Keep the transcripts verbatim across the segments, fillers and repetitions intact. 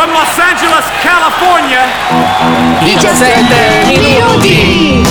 From Los Angeles, California, diciassette minuti.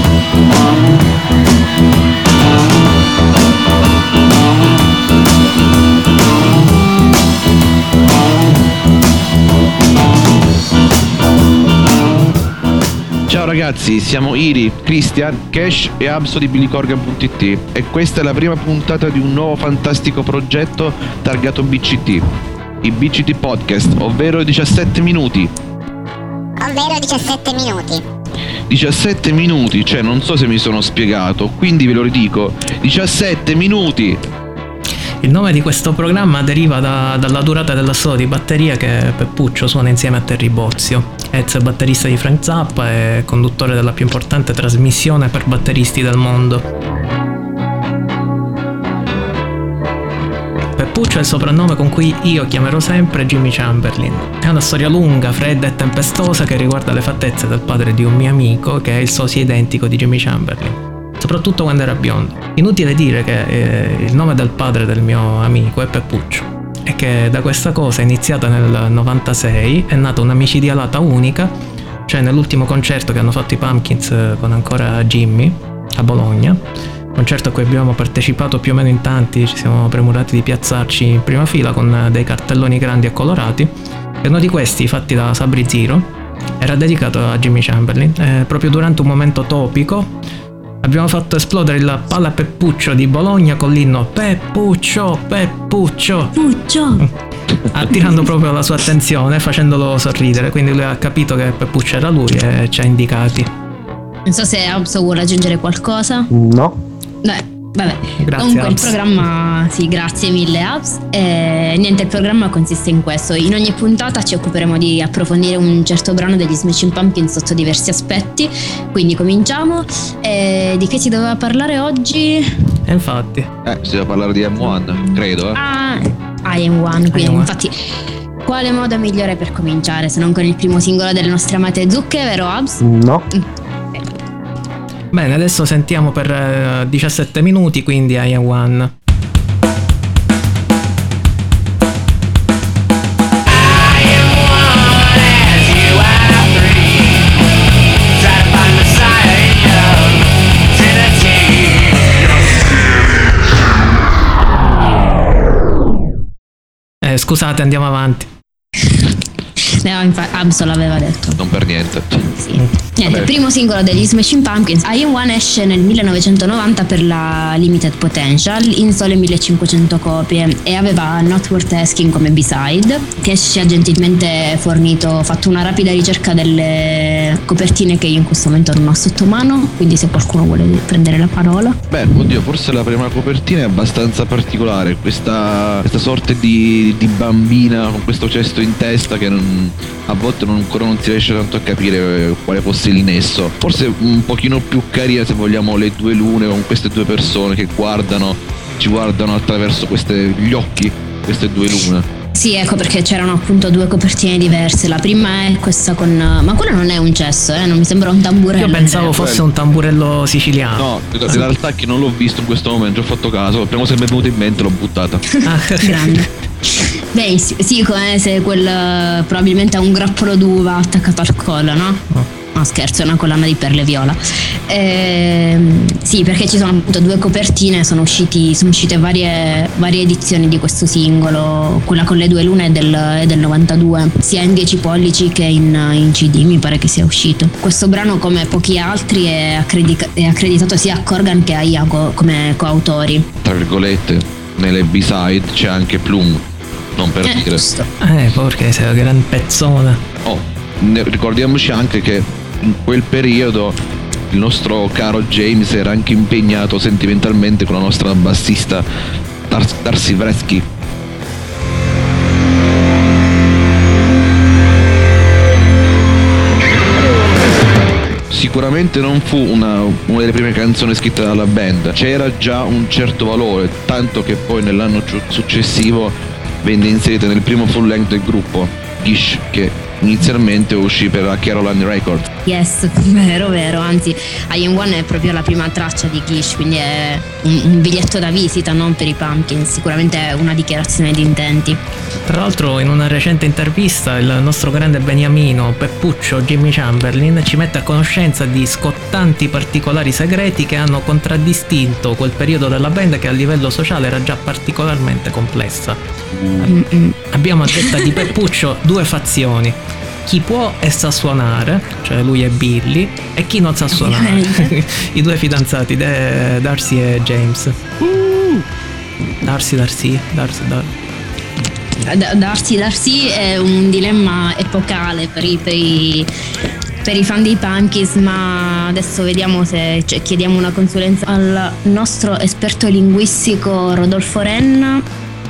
Ciao ragazzi, siamo Iri, Christian, Cash e Abso di Billy Corgan punto it e questa è la prima puntata di un nuovo fantastico progetto targato B C T, i B C T Podcast, ovvero diciassette minuti. Ovvero diciassette minuti. diciassette minuti, cioè non so se mi sono spiegato, quindi ve lo ridico, diciassette minuti. Il nome di questo programma deriva da, dalla durata della solo di batteria che Peppuccio suona insieme a Terry Bozzio, ex batterista di Frank Zappa e conduttore della più importante trasmissione per batteristi del mondo. Peppuccio è il soprannome con cui io chiamerò sempre Jimmy Chamberlin. È una storia lunga, fredda e tempestosa che riguarda le fattezze del padre di un mio amico che è il sosia identico di Jimmy Chamberlin, soprattutto quando era biondo. Inutile dire che eh, il nome del padre del mio amico è Peppuccio e che da questa cosa iniziata nel novantasei è nata una micidialata unica, cioè nell'ultimo concerto che hanno fatto i Pumpkins con ancora Jimmy a Bologna, concerto a cui abbiamo partecipato più o meno in tanti, ci siamo premurati di piazzarci in prima fila con dei cartelloni grandi e colorati, e uno di questi, fatti da Sabri Zero, era dedicato a Jimmy Chamberlin e proprio durante un momento topico abbiamo fatto esplodere il Palla Peppuccio di Bologna con l'inno Peppuccio, Peppuccio, Puccio, attirando proprio la sua attenzione, facendolo sorridere, quindi lui ha capito che Peppuccio era lui e ci ha indicati. non so se Abso vuole aggiungere qualcosa. No. Beh, vabbè. Grazie, Comunque Abs. il programma, sì, grazie mille Abs. E niente, il programma consiste in questo. In ogni puntata ci occuperemo di approfondire un certo brano degli Smashing Pumpkins sotto diversi aspetti. Quindi cominciamo. E di che si doveva parlare oggi? E infatti Eh, si deve parlare di M uno, credo, eh. Ah, I Am One. Quindi I Am One. infatti, quale modo migliore per cominciare se non con il primo singolo delle nostre amate zucche, vero Abs? No. bene, adesso sentiamo per eh, diciassette minuti, quindi I Am One. Eh, scusate, andiamo avanti. No, infatti Abso l'aveva detto. Non per niente. Sì. Niente, il primo singolo degli Smashing Pumpkins, I Am One, esce nel millenovecentonovanta per la Limited Potential in sole millecinquecento copie e aveva Not Worth Asking come B-side, che ci ha gentilmente fornito. Ho fatto una rapida ricerca delle copertine che io in questo momento non ho sotto mano, quindi se qualcuno vuole prendere la parola. Beh, oddio, forse la prima copertina è abbastanza particolare, questa, questa sorta di, di bambina con questo cesto in testa che non, a volte non, ancora non si riesce tanto a capire quale fosse l'innesso. Forse un pochino più carina, se vogliamo, le due lune con queste due persone che guardano, ci guardano attraverso queste, gli occhi, queste due lune. Sì, ecco perché c'erano appunto due copertine diverse. La prima è questa con... ma quello non è un cesso, eh? Non mi sembra un tamburello. Io pensavo fosse un tamburello siciliano. No, in realtà che non l'ho visto in questo momento, ho fatto caso, la prima cosa che mi è venuta in mente l'ho buttata. Ah, Grande. Beh, sì, sì, come se quel probabilmente ha un grappolo d'uva attaccato al collo, no? Oh. No, scherzo, è una collana di perle viola. Ehm, sì, perché ci sono appunto due copertine, sono usciti, sono uscite varie, varie edizioni di questo singolo. Quella con le due lune è del, è del novantadue, sia in dieci pollici che in, in C D, mi pare che sia uscito. Questo brano, come pochi altri, è, accredica- è accreditato sia a Corgan che a Iago come coautori. Tra virgolette, nelle B-side c'è anche Plum, non per Eh, dire. giusto. Eh, porca, sei una gran pezzona. Oh, ne- ricordiamoci anche che in quel periodo il nostro caro James era anche impegnato sentimentalmente con la nostra bassista Dar- Darcy Vreschi. Sicuramente non fu una, una delle prime canzoni scritte dalla band, c'era già un certo valore, tanto che poi nell'anno giu- successivo venne inserita nel primo full length del gruppo, Gish, che inizialmente uscì per la Caroline Records. Yes, vero, vero, anzi I Am One è proprio la prima traccia di Gish, quindi è un, un biglietto da visita, non per i Pumpkins, sicuramente è una dichiarazione di intenti. Tra l'altro in una recente intervista il nostro grande beniamino Peppuccio Jimmy Chamberlin ci mette a conoscenza di scottanti particolari segreti che hanno contraddistinto quel periodo della band, che a livello sociale era già particolarmente complessa. Mm-mm. Abbiamo a detta di Peppuccio due fazioni: chi può e sa suonare, cioè lui e Billy, e chi non sa suonare, i due fidanzati De- Darcy e James. uh. Darcy Darcy Darcy Darcy Da- Darcy Darcy è un dilemma epocale per i, per i, per i fan dei Pumpkins, ma adesso vediamo se, cioè, chiediamo una consulenza al nostro esperto linguistico Rodolfo Renna.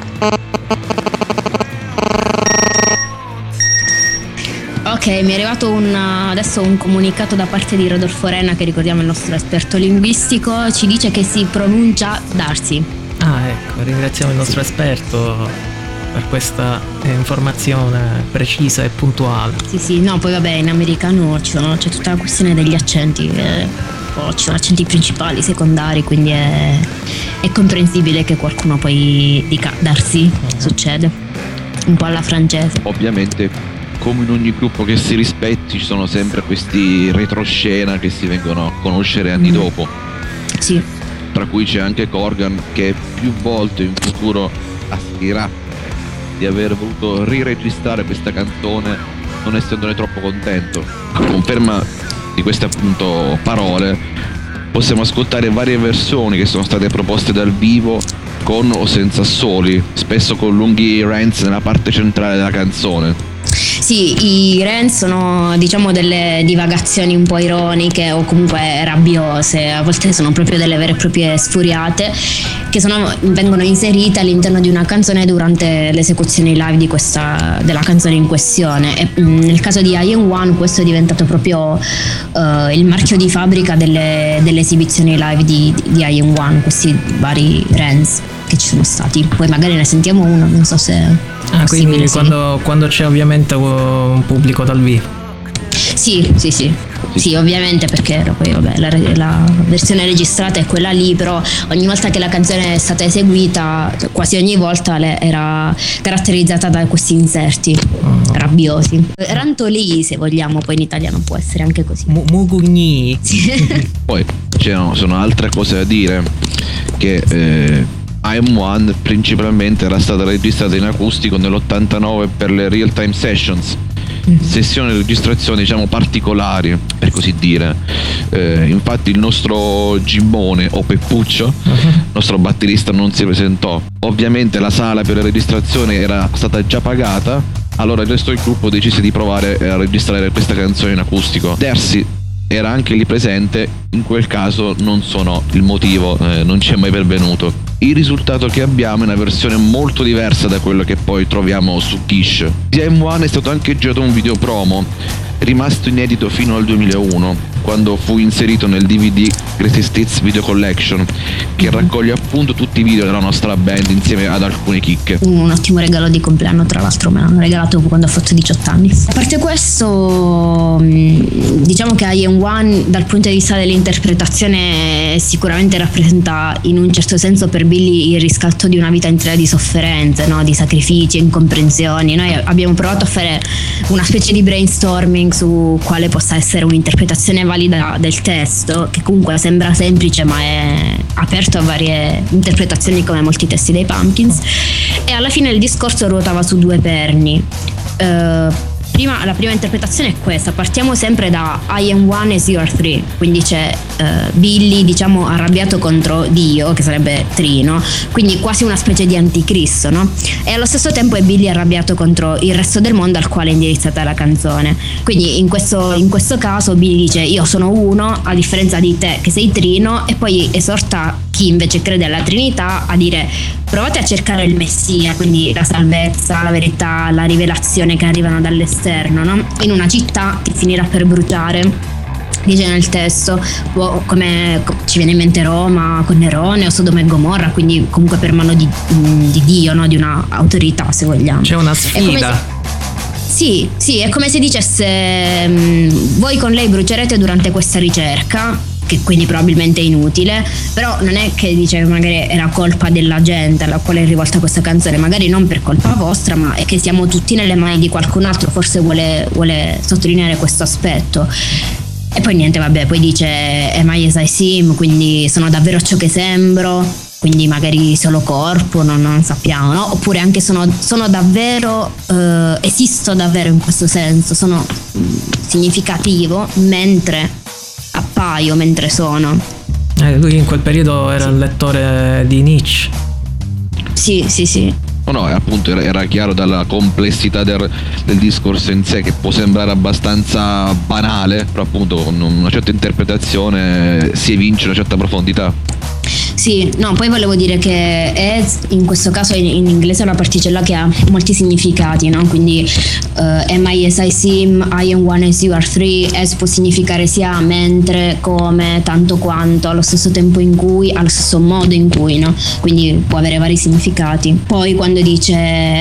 Ok, mi è arrivato un, adesso un comunicato da parte di Rodolfo Renna, che ricordiamo è il nostro esperto linguistico, ci dice che si pronuncia Darcy. Ah, ecco, ringraziamo il nostro esperto per questa informazione precisa e puntuale. Sì, sì, no, poi vabbè, in americano ci sono, c'è tutta la questione degli accenti, eh, poi ci sono accenti principali, secondari, quindi è, è comprensibile che qualcuno poi dica Darcy, uh-huh. Succede, un po' alla francese. Ovviamente, come in ogni gruppo che si rispetti, ci sono sempre questi retroscena che si vengono a conoscere anni mm. dopo. Sì. Tra cui c'è anche Corgan, che più volte in futuro asserirà di aver voluto riregistrare questa canzone non essendone troppo contento. A conferma di queste appunto parole possiamo ascoltare varie versioni che sono state proposte dal vivo, con o senza assoli, spesso con lunghi rants nella parte centrale della canzone. Sì, i rant sono, diciamo, delle divagazioni un po' ironiche o comunque rabbiose, a volte sono proprio delle vere e proprie sfuriate che sono, vengono inserite all'interno di una canzone durante l'esecuzione live di questa, della canzone in questione. E nel caso di I Am One questo è diventato proprio uh, il marchio di fabbrica delle, delle esibizioni live di, di, di I Am One, questi vari rants che ci sono stati. Poi magari ne sentiamo uno, non so se... Ah, quindi quando, quando c'è ovviamente un pubblico dal vivo. Sì, sì, sì. Sì, ovviamente, perché poi vabbè, la, la versione registrata è quella lì, però ogni volta che la canzone è stata eseguita, quasi ogni volta era caratterizzata da questi inserti oh. rabbiosi. Rantolì, se vogliamo, poi in italiano può essere anche così. M- Mugugni. Sì. Poi c'erano, sono altre cose da dire, che eh, I Am One principalmente era stata registrata in acustico nell'ottantanove per le Real Time Sessions, sessioni di registrazione diciamo particolari, per così dire. Eh, infatti il nostro Gimmone o Peppuccio, uh-huh. il nostro batterista, non si presentò. Ovviamente la sala per la registrazione era stata già pagata, allora il resto del gruppo decise di provare a registrare questa canzone in acustico. Darcy era anche lì presente, in quel caso non so no, il motivo eh, non ci è mai pervenuto. Il risultato che abbiamo è una versione molto diversa da quello che poi troviamo su Gish. Di I Am One è stato anche girato un video promo, rimasto inedito fino al duemilauno, quando fu inserito nel D V D Greatest Hits Video Collection, che raccoglie appunto tutti i video della nostra band insieme ad alcune chicche. Un ottimo regalo di compleanno, tra l'altro me l'hanno regalato quando ho fatto diciotto anni. A parte questo, diciamo che I Am One dal punto di vista dell'interpretazione sicuramente rappresenta in un certo senso per Billy il riscatto di una vita intera di sofferenze, no? Di sacrifici e incomprensioni. Noi abbiamo provato a fare una specie di brainstorming su quale possa essere un'interpretazione valida del testo, che comunque sembra semplice ma è aperto a varie interpretazioni come molti testi dei Pumpkins, e alla fine il discorso ruotava su due perni. Uh, Prima, la prima interpretazione è questa: partiamo sempre da I am one as you are three, quindi c'è uh, Billy diciamo arrabbiato contro Dio, che sarebbe Trino, quindi quasi una specie di anticristo, no? E allo stesso tempo è Billy arrabbiato contro il resto del mondo al quale è indirizzata la canzone. Quindi in questo, in questo caso Billy dice: io sono uno a differenza di te che sei Trino, e poi esorta chi invece crede alla Trinità a dire: provate a cercare il Messia, quindi la salvezza, la verità, la rivelazione che arrivano dall'esterno, no? In una città che finirà per bruciare, dice nel testo, come ci viene in mente Roma con Nerone o Sodoma e Gomorra, quindi comunque per mano di, di Dio, no? Di una autorità, se vogliamo. C'è una sfida. Sì, Sì, sì, è come se dicesse mh, voi con lei brucerete durante questa ricerca, che quindi probabilmente è inutile, però non è che dice magari era colpa della gente alla quale è rivolta questa canzone, magari non per colpa vostra, ma è che siamo tutti nelle mani di qualcun altro, forse vuole, vuole sottolineare questo aspetto. E poi niente, vabbè, poi dice am I as I seem, quindi sono davvero ciò che sembro, quindi magari solo corpo, non, non sappiamo, no? Oppure anche sono, sono davvero, eh, esisto davvero in questo senso, sono mh, significativo mentre appaio, mentre sono. Eh, lui in quel periodo era il lettore di Nietzsche. Sì, sì, sì. No, no, appunto era, era chiaro dalla complessità del, del discorso in sé, che può sembrare abbastanza banale, però appunto con una certa interpretazione si evince una certa profondità. Sì, no, poi volevo dire che as in questo caso in, in inglese è una particella che ha molti significati, no? Quindi uh, am I as I seem, I am one as you are three, as può significare sia mentre, come, tanto quanto, allo stesso tempo in cui, allo stesso modo in cui, no? Quindi può avere vari significati. Poi quando dice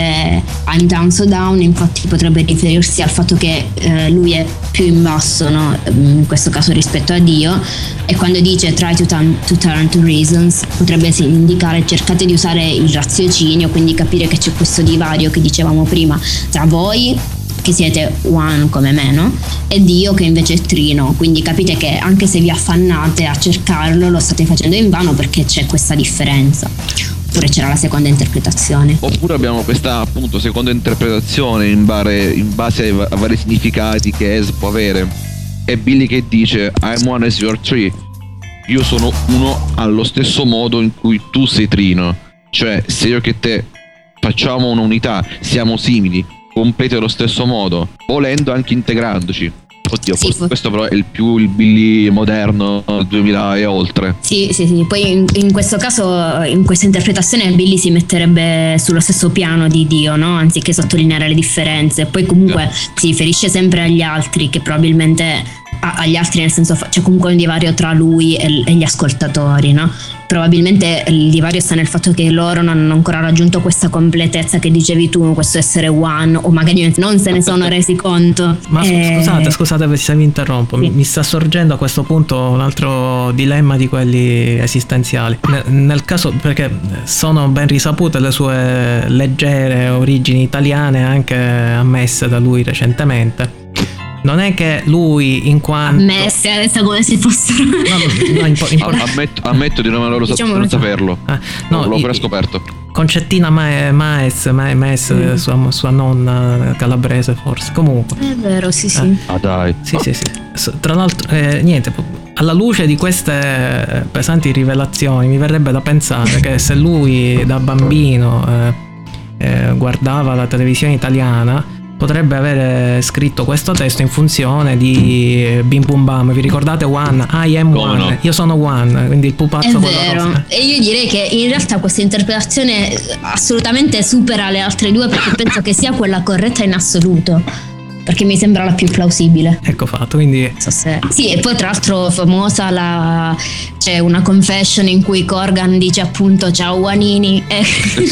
I'm down so down, infatti potrebbe riferirsi al fatto che eh, lui è più in basso, no? In questo caso rispetto a Dio, e quando dice try to turn to, turn to reasons potrebbe indicare cercate di usare il raziocinio, quindi capire che c'è questo divario che dicevamo prima tra voi che siete one come me, no? E Dio che invece è trino, quindi capite che anche se vi affannate a cercarlo lo state facendo invano perché c'è questa differenza. Oppure c'era la seconda interpretazione. Oppure abbiamo questa appunto seconda interpretazione in, bare, in base ai, a vari significati che Es può avere. È Billy che dice I'm one as you are three. Io sono uno allo stesso modo in cui tu sei trino. Cioè se io che te facciamo un'unità, siamo simili, completi allo stesso modo, volendo anche integrandoci. Oddio, sì, forse questo però è il più il Billy moderno duemila e oltre. Sì, sì, sì. Poi in, in questo caso, in questa interpretazione, Billy si metterebbe sullo stesso piano di Dio, no? Anziché sottolineare le differenze. Poi comunque sì. Si riferisce sempre agli altri, che probabilmente a, agli altri nel senso c'è comunque un divario tra lui e, e gli ascoltatori, no? Probabilmente il divario sta nel fatto che loro non hanno ancora raggiunto questa completezza che dicevi tu, questo essere one, o magari non se ne sono resi conto. Ma eh... scusate, scusate se vi interrompo, sì. mi, mi sta sorgendo a questo punto un altro dilemma di quelli esistenziali. Nel, nel caso, perché sono ben risapute le sue leggere origini italiane, anche ammesse da lui recentemente. Non è che lui in quanto ammesse adesso come se fossero no, no, impo- impor- ammetto, ammetto di non, lo diciamo non saperlo ah, no, l'ho appena i- scoperto. Concettina Ma- Maes, Ma- Maes mm. sua, sua nonna calabrese forse, comunque è vero, sì sì eh. Ah dai sì sì sì tra l'altro eh, niente, alla luce di queste pesanti rivelazioni mi verrebbe da pensare che se lui da bambino eh, eh, guardava la televisione italiana potrebbe avere scritto questo testo in funzione di Bim Bum Bam. Vi ricordate One? I am Come one. No? Io sono One, quindi il pupazzo. È vero. E io direi che in realtà questa interpretazione assolutamente supera le altre due, perché penso che sia quella corretta in assoluto, perché mi sembra la più plausibile. Ecco fatto, quindi non so se... Sì, e poi tra l'altro famosa la... c'è una confession in cui Corgan dice appunto ciao Wanini e...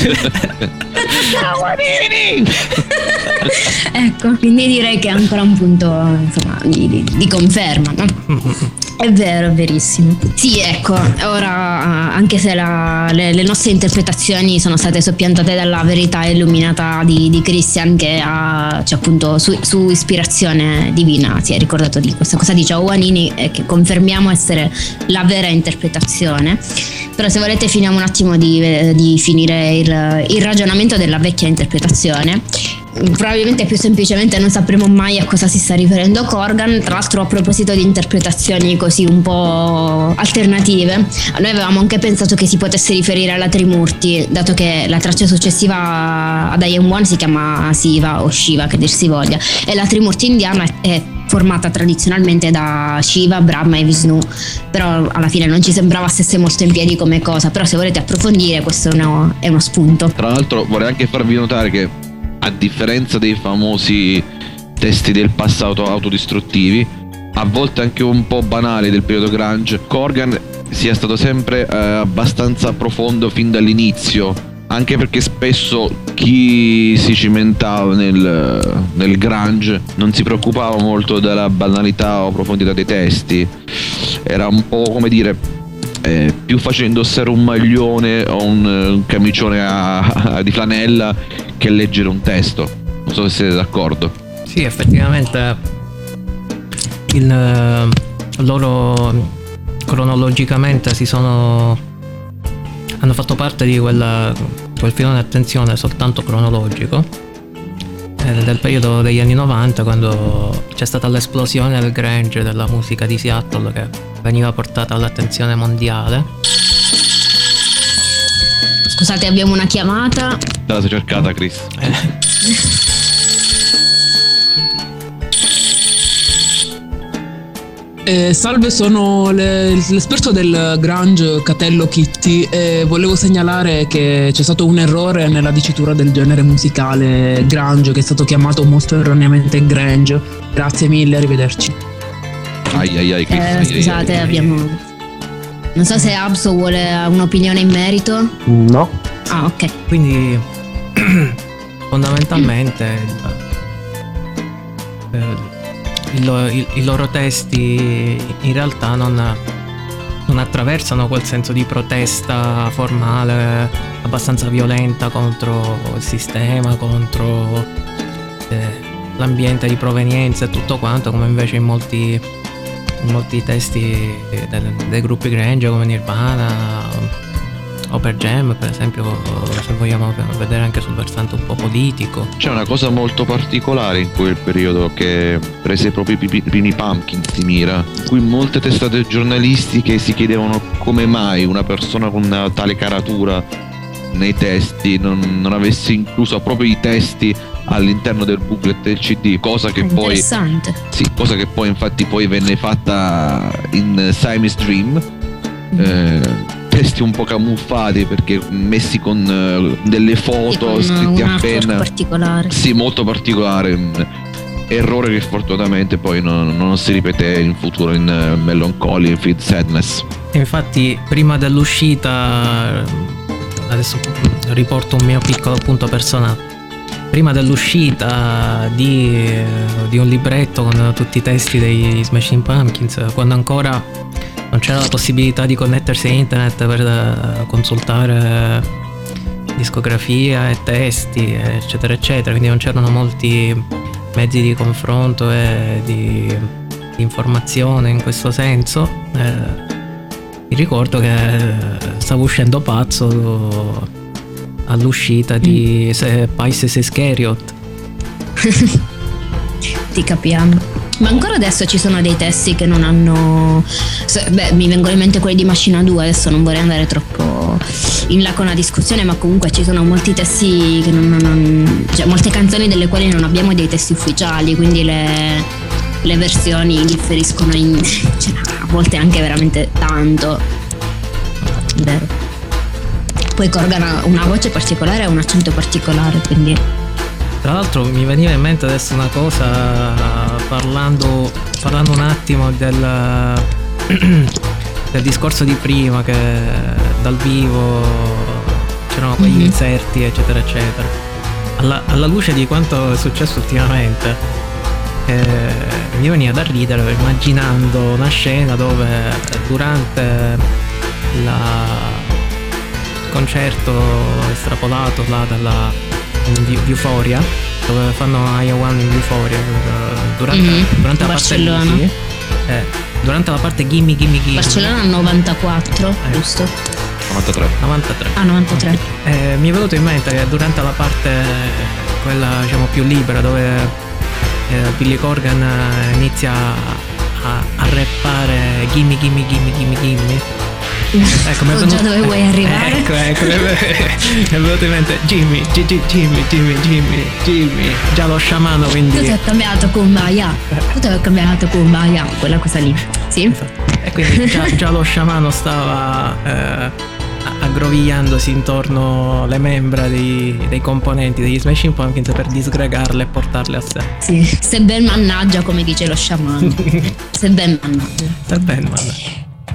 ciao Wanini. Ecco, quindi direi che è ancora un punto insomma di, di, di conferma, no? È vero, è verissimo. Sì, ecco, ora anche se la, le, le nostre interpretazioni sono state soppiantate dalla verità illuminata di, di Christian, che ha cioè, appunto su, su ispirazione divina si è ricordato di questa cosa di Ciao Wanini, e che confermiamo essere la vera interpretazione. Però se volete finiamo un attimo di, di finire il, il ragionamento della vecchia interpretazione. Probabilmente più semplicemente non sapremo mai a cosa si sta riferendo Corgan. Tra l'altro, a proposito di interpretazioni così un po' alternative, noi avevamo anche pensato che si potesse riferire alla Trimurti, dato che la traccia successiva ad I Am One si chiama Siva o Shiva, che dir si voglia, e la Trimurti indiana è formata tradizionalmente da Shiva, Brahma e Vishnu, però alla fine non ci sembrava stesse molto in piedi come cosa. Però se volete approfondire, questo è uno, è uno spunto. Tra l'altro vorrei anche farvi notare che, a differenza dei famosi testi del passato autodistruttivi, a volte anche un po' banali del periodo grunge, Corgan sia stato sempre eh, abbastanza profondo fin dall'inizio anche perché spesso chi si cimentava nel, nel grunge non si preoccupava molto della banalità o profondità dei testi, era un po' come dire eh, più facile indossare un maglione o un, un camicione a, a, di flanella che leggere un testo. Non so se siete d'accordo. Sì, effettivamente il, loro cronologicamente si sono hanno fatto parte di quella, quel filone di attenzione soltanto cronologico eh, del periodo degli anni novanta, quando c'è stata l'esplosione del grunge, della musica di Seattle che veniva portata all'attenzione mondiale. Scusate, abbiamo una chiamata. Te la sei cercata, Chris? Eh. Eh, salve, sono le- l'esperto del grunge Catello Kitty e volevo segnalare che c'è stato un errore nella dicitura del genere musicale grunge, che è stato chiamato molto erroneamente grunge. Grazie mille, arrivederci. Ai ai ai, Chris, Eh, ai, ai, scusate, ai. abbiamo. Non so se Abso vuole un'opinione in merito. No. Ah, ok. Quindi fondamentalmente il, il- il- i loro testi in realtà non, non attraversano quel senso di protesta formale abbastanza violenta contro il sistema, contro eh, l'ambiente di provenienza e tutto quanto, come invece in molti, in molti testi dei, dei gruppi grunge come Nirvana o per Jam, per esempio, se vogliamo vedere anche sul versante un po' politico. C'è una cosa molto particolare in quel periodo che prese proprio i primi Pumpkins di mira, in cui molte testate giornalistiche si chiedevano come mai una persona con una tale caratura nei testi non, non avesse incluso proprio i testi all'interno del booklet del C D, cosa che poi Interessante. sì, cosa che poi infatti poi venne fatta in Siamese Dream. Eh, testi un po' camuffati perché messi con eh, delle foto Sì, con scritti un artwork appena particolare. sì, molto particolare, mm, errore che fortunatamente poi non, non si ripeté in futuro in uh, Melancholy e Feed Sadness. Infatti prima dell'uscita, adesso riporto un mio piccolo appunto personale, prima dell'uscita di, di un libretto con tutti i testi dei Smashing Pumpkins, quando ancora non c'era la possibilità di connettersi a internet per consultare discografia e testi eccetera eccetera, quindi non c'erano molti mezzi di confronto e di, di informazione in questo senso. eh, mi ricordo che stavo uscendo pazzo all'uscita di Se Pisces Iscariot. Ti capiamo. Ma ancora adesso ci sono dei testi che non hanno. se- Beh, mi vengono in mente quelli di Machina due, adesso non vorrei andare troppo in là con la discussione, ma comunque ci sono molti testi che non, non- cioè molte canzoni delle quali non abbiamo dei testi ufficiali, quindi le, le versioni differiscono in. Cioè, a volte anche veramente tanto. Vero. Poi Corgan ha una voce particolare e un accento particolare, quindi. Tra l'altro mi veniva in mente adesso una cosa, parlando, parlando un attimo del, del discorso di prima, che dal vivo c'erano quegli Mhm. inserti eccetera eccetera. Alla, alla luce di quanto è successo ultimamente, eh, mi veniva da ridere immaginando una scena dove durante la, il concerto estrapolato là dalla di Euphoria, dove fanno I One in Euphoria, durante, Mhm. durante la Barcellona. parte sì, eh, durante la parte Gimme Gimme Gimme Barcellona novantaquattro, Eh. giusto? novantatré. novantatré. Ah, novantatré. Eh, mi è venuto in mente che durante la parte quella diciamo più libera, dove eh, Billy Corgan eh, inizia a, a rappare Gimme Gimme Gimme Gimme Gimme. Ecco, mi è So già venuto- dove vuoi arrivare. Ecco, ecco, mi è venuto in mente Jimmy, Gigi, Jimmy, Jimmy, Jimmy, Jimmy, già lo sciamano, Tu quindi. ti hai cambiato Kumbaya. Tu ti hai cambiato Kumbaya, quella cosa lì. Sì? E quindi già, già lo sciamano stava eh, aggrovigliandosi intorno alle membra dei, dei componenti degli Smashing Pumpkins per disgregarle e portarle a sé. Sì. Se ben mannaggia, come dice lo sciamano. Se ben mannaggia. Sta bene, ma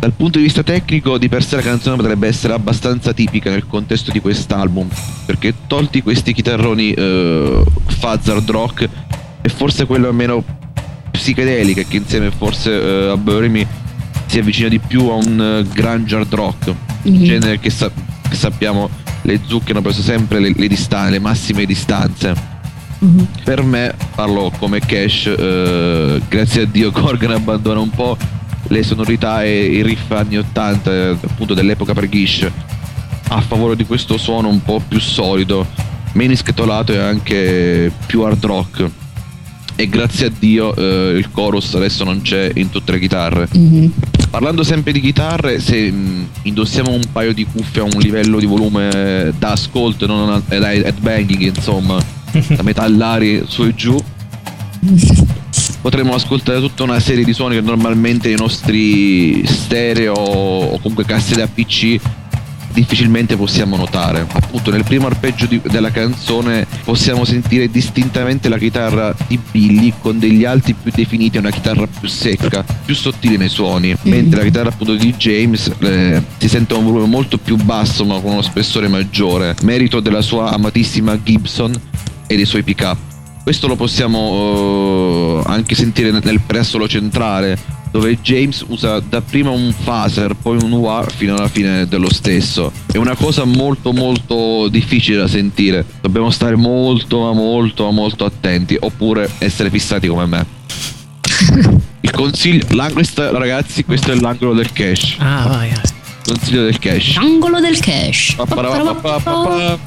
Dal punto di vista tecnico, di per sé la canzone potrebbe essere abbastanza tipica nel contesto di quest'album, perché tolti questi chitarroni eh, fuzz hard rock, è forse quello meno psichedelica, che insieme forse eh, a Bury Me si avvicina di più a un uh, grunge hard rock, Mhm. genere che, sa- che sappiamo le zucche hanno preso sempre le, le, distan- le massime distanze. Mhm. Per me, parlo come Cash, eh, grazie a Dio Corgan abbandona un po' le sonorità e i riff anni ottanta, eh, appunto dell'epoca pre-Gish, a favore di questo suono un po' più solido, meno iscatolato e anche più hard rock. E grazie a Dio eh, il chorus adesso non c'è in tutte le chitarre. Mhm. Parlando sempre di chitarre, se mh, indossiamo un paio di cuffie a un livello di volume da ascolto e non a- da headbanging, insomma, da metallari su e giù, potremo ascoltare tutta una serie di suoni che normalmente i nostri stereo o comunque casse da P C difficilmente possiamo notare. Appunto nel primo arpeggio di- della canzone possiamo sentire distintamente la chitarra di Billy con degli alti più definiti e una chitarra più secca, più sottile nei suoni, mentre la chitarra appunto di James eh, si sente a un volume molto più basso ma con uno spessore maggiore, merito della sua amatissima Gibson e dei suoi pick-up. Questo lo possiamo eh, anche sentire nel pre-assolo centrale, dove James usa dapprima un phaser, poi un wah fino alla fine dello stesso. È una cosa molto molto difficile da sentire. Dobbiamo stare molto ma molto ma molto attenti, oppure essere fissati come me. Il consiglio, l'ang- questa, ragazzi, questo è l'angolo del cash. Ah, vai. vai. Consiglio del cash. Angolo del cash. Pa-pa-ra-pa-pa-pa-pa.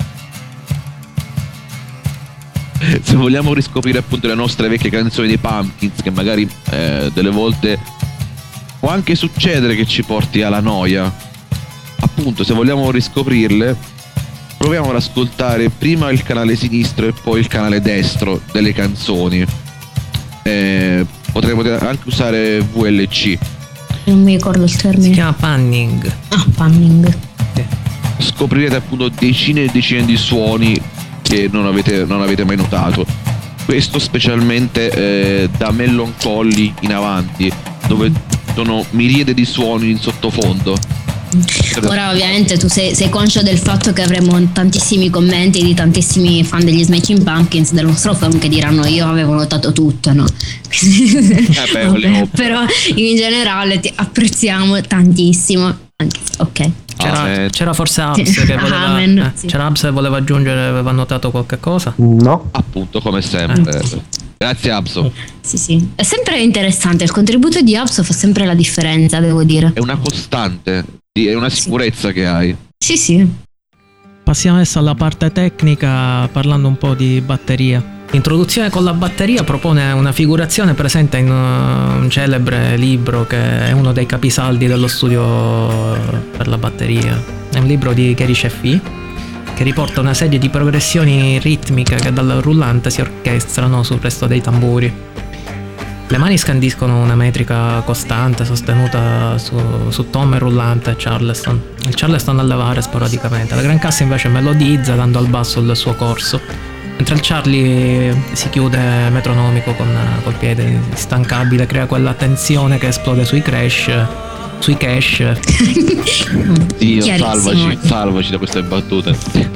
Se vogliamo riscoprire appunto le nostre vecchie canzoni dei Pumpkins, che magari eh, delle volte può anche succedere che ci porti alla noia, appunto se vogliamo riscoprirle proviamo ad ascoltare prima il canale sinistro e poi il canale destro delle canzoni. Eh, potremmo anche usare V L C. Non mi ricordo il Si termine. chiama panning. Ah, panning. Scoprirete appunto decine e decine di suoni che non avete, non avete mai notato. Questo specialmente eh, da Melancholy in avanti, dove sono miriade di suoni in sottofondo. Ora ovviamente tu sei, sei conscio del fatto che avremo tantissimi commenti di tantissimi fan degli Smashing Pumpkins del nostro forum che diranno io avevo notato tutto, no? beh, Vabbè, volevo- però in generale ti apprezziamo tantissimo. Anche se- ok. C'era, Amen. c'era forse Abs che voleva, Amen, eh, sì. c'era Abs che voleva aggiungere, aveva notato qualche cosa? No. Appunto, come sempre. Grazie Abso. Sì, sì. È sempre interessante, il contributo di Abso fa sempre la differenza, devo dire. È una costante, è una sicurezza che hai. Sì, sì. Passiamo adesso alla parte tecnica parlando un po' di batteria. L'introduzione con la batteria propone una figurazione presente in uh, un celebre libro che è uno dei capisaldi dello studio per la batteria. È un libro di Gary Sheffield che riporta una serie di progressioni ritmiche che dal rullante si orchestrano sul resto dei tamburi. Le mani scandiscono una metrica costante sostenuta su, su tom e rullante e Charleston. Il Charleston a levare sporadicamente. La gran cassa invece melodizza dando al basso il suo corso. Mentre il Charlie si chiude metronomico con col piede instancabile, crea quella tensione che esplode sui crash, sui cash. Dio, Chiarissimo. salvaci, salvaci da queste battute.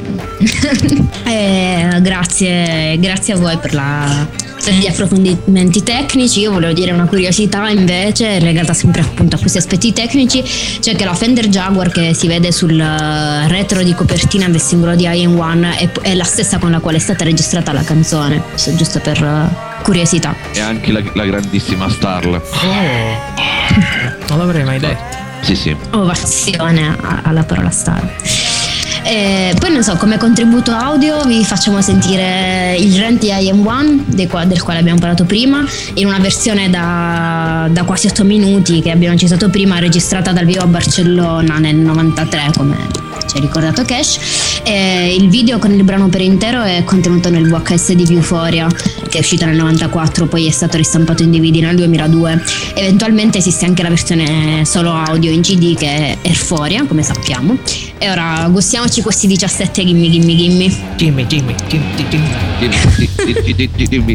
Eh, grazie, grazie a voi per, la, per gli approfondimenti tecnici. Io volevo dire una curiosità invece legata sempre appunto a questi aspetti tecnici, cioè che la Fender Jaguar che si vede sul retro di copertina del singolo di I Am One è, è la stessa con la quale è stata registrata la canzone, questo giusto per uh, curiosità. E anche la, la grandissima Starla. Non l'avrei mai detto. Sì, sì. Ovazione a- alla parola star. E poi non so, come contributo audio vi facciamo sentire il rent di I Am One del, qua- del quale abbiamo parlato prima, in una versione da, da quasi otto minuti che abbiamo citato prima, registrata dal vivo a Barcellona nel novantatré, come ci ha ricordato Cash. E il video con il brano per intero è contenuto nel V H S di Euphoria, che è uscito nel novantaquattro, poi è stato ristampato in D V D nel duemiladue. Eventualmente esiste anche la versione solo audio in C D che è Euphoria, come sappiamo. E ora gustiamoci questi diciassette gimme gimme gimme. Jimmy, Jimmy, Jimmy, Jimmy. Dimmi, di- di- di- di- dimmi.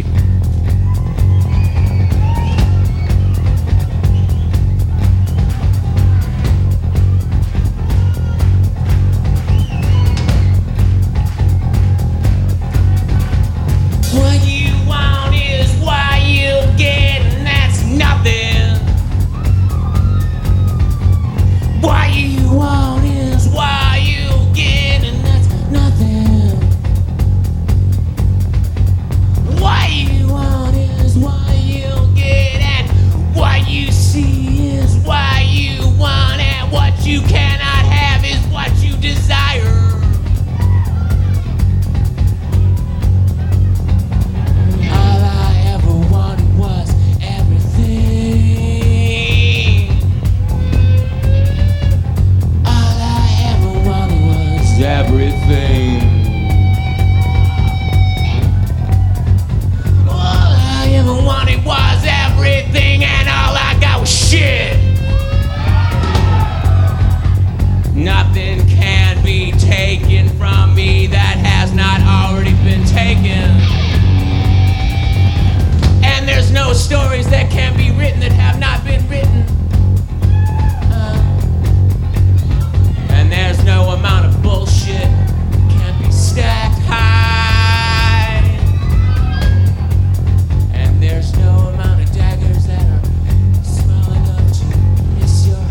you want is why you get, and that's nothing. What you want is what you get, and what you see is what you want, and what you cannot have is what you desire. All I ever wanted was everything. All I ever wanted was everything. All I ever wanted was everything, and all I got was shit. Nothing can be taken from me that has not already been taken. And there's no stories that can be written that have not been written. Uh, and there's no amount of bullshit can be stacked high. And there's no amount of daggers that are small enough to miss your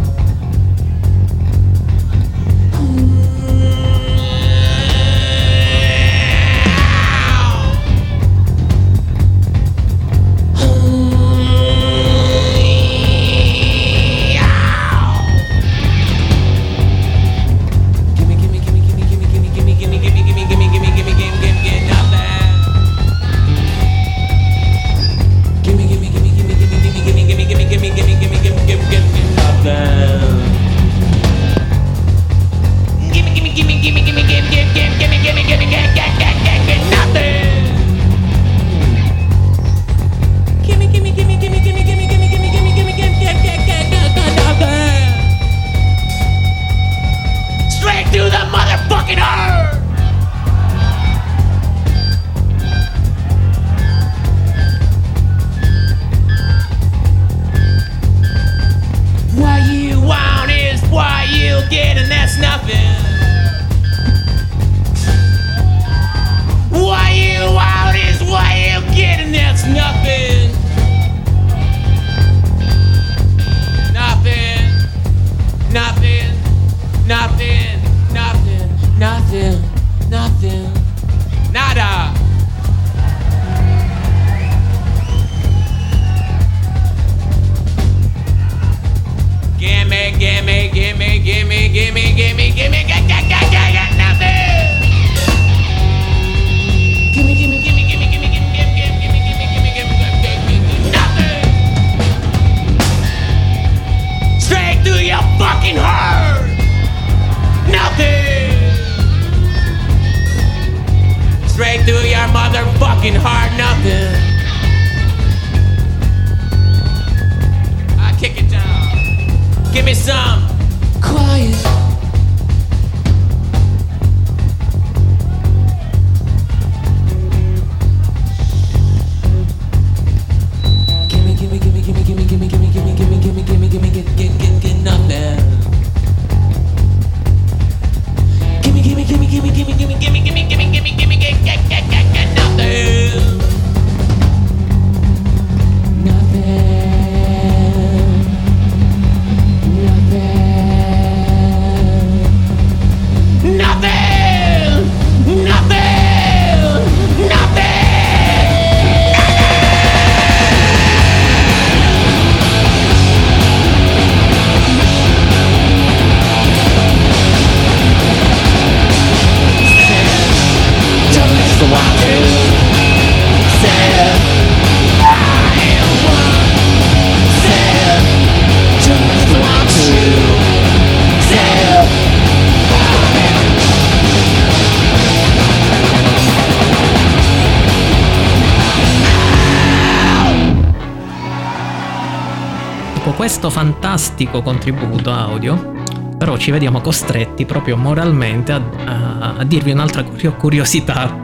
questo fantastico contributo audio, però ci vediamo costretti proprio moralmente a, a, a dirvi un'altra curiosità.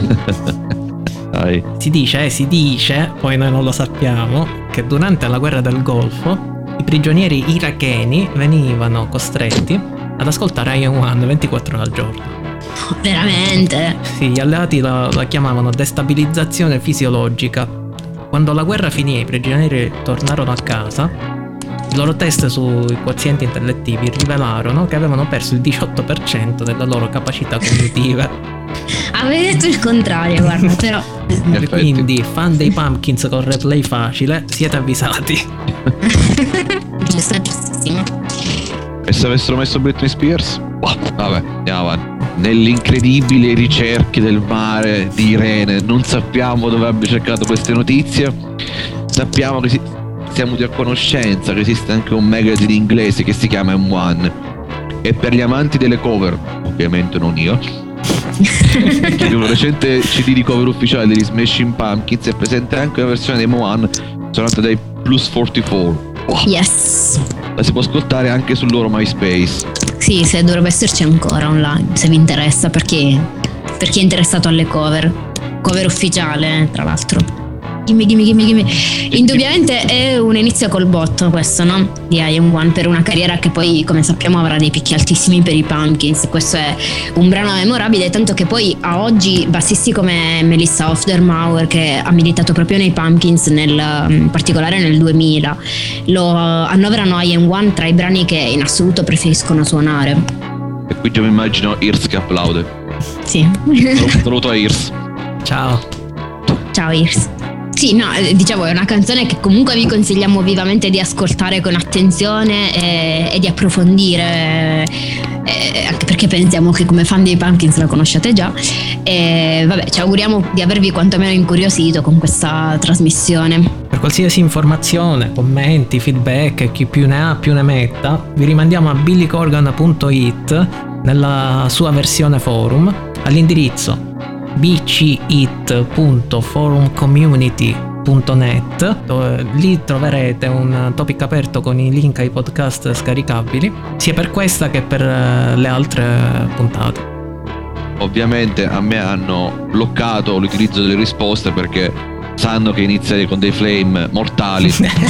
Dai. Si dice, eh, si dice, poi noi non lo sappiamo, che durante la guerra del Golfo i prigionieri iracheni venivano costretti ad ascoltare I Am One ventiquattro ore al giorno. Veramente? Sì, gli alleati la, la chiamavano destabilizzazione fisiologica. Quando la guerra finì e i prigionieri tornarono a casa, I loro test sui quozienti intellettivi rivelarono che avevano perso il diciotto per cento della loro capacità cognitive. Avevi detto il contrario, guarda, però. Quindi, fan dei Pumpkins con replay facile, siete avvisati. Giusto, giustissimo. E se avessero messo Britney Spears? Wow, vabbè, andiamo avanti. Nelle incredibili ricerche del mare di Irene, non sappiamo dove abbia cercato queste notizie. Sappiamo che si, siamo di a conoscenza che esiste anche un magazine inglese che si chiama M uno. E per gli amanti delle cover, ovviamente non io, che un recente C D di cover ufficiale degli Smashing Pumpkins è presente anche una versione di M uno suonata dai Plus quarantaquattro. Wow. Yes. La si può ascoltare anche sul loro MySpace. Sì, se dovrebbe esserci ancora online, se vi interessa, perché per chi è interessato alle cover. Cover ufficiale, tra l'altro. Gimme, gimme, gimme, gimme. Indubbiamente è un inizio col botto questo, no? Di I Am One, per una carriera che poi, come sappiamo, avrà dei picchi altissimi per i Pumpkins. Questo è un brano memorabile, tanto che poi a oggi bassisti come Melissa Aufdermauer, che ha militato proprio nei Pumpkins, nel, in particolare nel duemila, lo annoverano I Am One tra i brani che in assoluto preferiscono suonare. E qui già mi immagino Irs che applaude. Sì. Saluto a Irs. Ciao. Ciao Irs. Sì, no, dicevo, è una canzone che comunque vi consigliamo vivamente di ascoltare con attenzione e, e di approfondire, eh, anche perché pensiamo che come fan dei Pumpkins la conosciate già. E vabbè, ci auguriamo di avervi quantomeno incuriosito con questa trasmissione. Per qualsiasi informazione, commenti, feedback e chi più ne ha più ne metta, vi rimandiamo a billy corgan punto it nella sua versione forum all'indirizzo b c it punto forum community punto net, dove lì troverete un topic aperto con i link ai podcast scaricabili, sia per questa che per le altre puntate. Ovviamente a me hanno bloccato l'utilizzo delle risposte perché sanno che iniziare con dei flame mortali.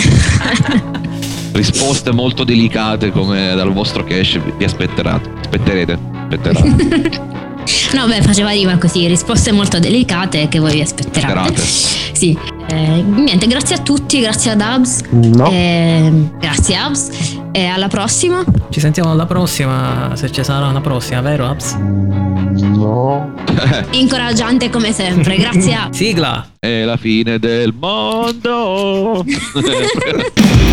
Risposte molto delicate come dal vostro cache vi aspetterate. Aspetterete. Aspetterate. No, beh, faceva rima così, risposte molto delicate che voi vi aspetterate. Aspetterate. Sì. Eh, niente, grazie a tutti, grazie ad Abs. No. Eh, grazie Abs. E alla prossima. Ci sentiamo alla prossima, se ci sarà una prossima, vero Abs? No. Incoraggiante come sempre, grazie Abs. Sigla. È la fine del mondo.